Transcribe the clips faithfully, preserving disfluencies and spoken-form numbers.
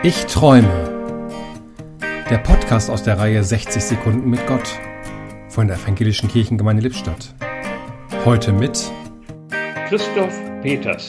Ich träume. Der Podcast aus der Reihe sechzig Sekunden mit Gott von der Evangelischen Kirchengemeinde Lippstadt. Heute mit Christoph Peters.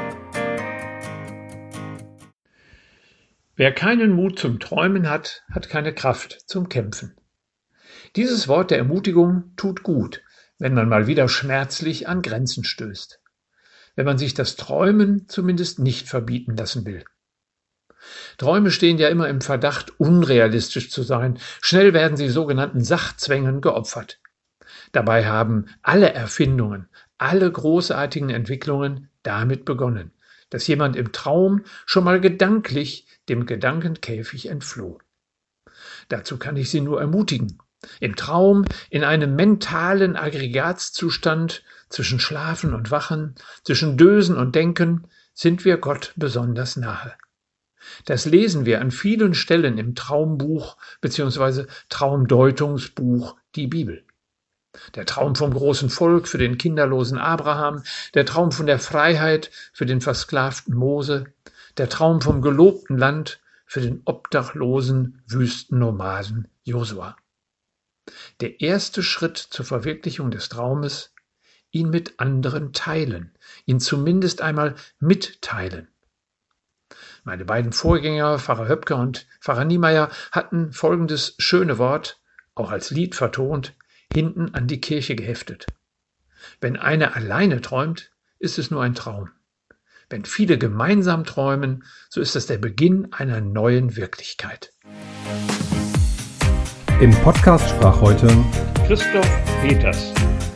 Wer keinen Mut zum Träumen hat, hat keine Kraft zum Kämpfen. Dieses Wort der Ermutigung tut gut, wenn man mal wieder schmerzlich an Grenzen stößt. Wenn man sich das Träumen zumindest nicht verbieten lassen will. Träume stehen ja immer im Verdacht, unrealistisch zu sein. Schnell werden sie sogenannten Sachzwängen geopfert. Dabei haben alle Erfindungen, alle großartigen Entwicklungen damit begonnen, dass jemand im Traum schon mal gedanklich dem Gedankenkäfig entfloh. Dazu kann ich Sie nur ermutigen. Im Traum, in einem mentalen Aggregatzustand zwischen Schlafen und Wachen, zwischen Dösen und Denken, sind wir Gott besonders nahe. Das lesen wir an vielen Stellen im Traumbuch bzw. Traumdeutungsbuch, die Bibel. Der Traum vom großen Volk für den kinderlosen Abraham, der Traum von der Freiheit für den versklavten Mose, der Traum vom gelobten Land für den obdachlosen Wüstennomaden Josua. Der erste Schritt zur Verwirklichung des Traumes, ihn mit anderen teilen, ihn zumindest einmal mitteilen. Meine beiden Vorgänger, Pfarrer Höpke und Pfarrer Niemeyer, hatten folgendes schöne Wort, auch als Lied vertont, hinten an die Kirche geheftet. Wenn einer alleine träumt, ist es nur ein Traum. Wenn viele gemeinsam träumen, so ist das der Beginn einer neuen Wirklichkeit. Im Podcast sprach heute Christoph Peters.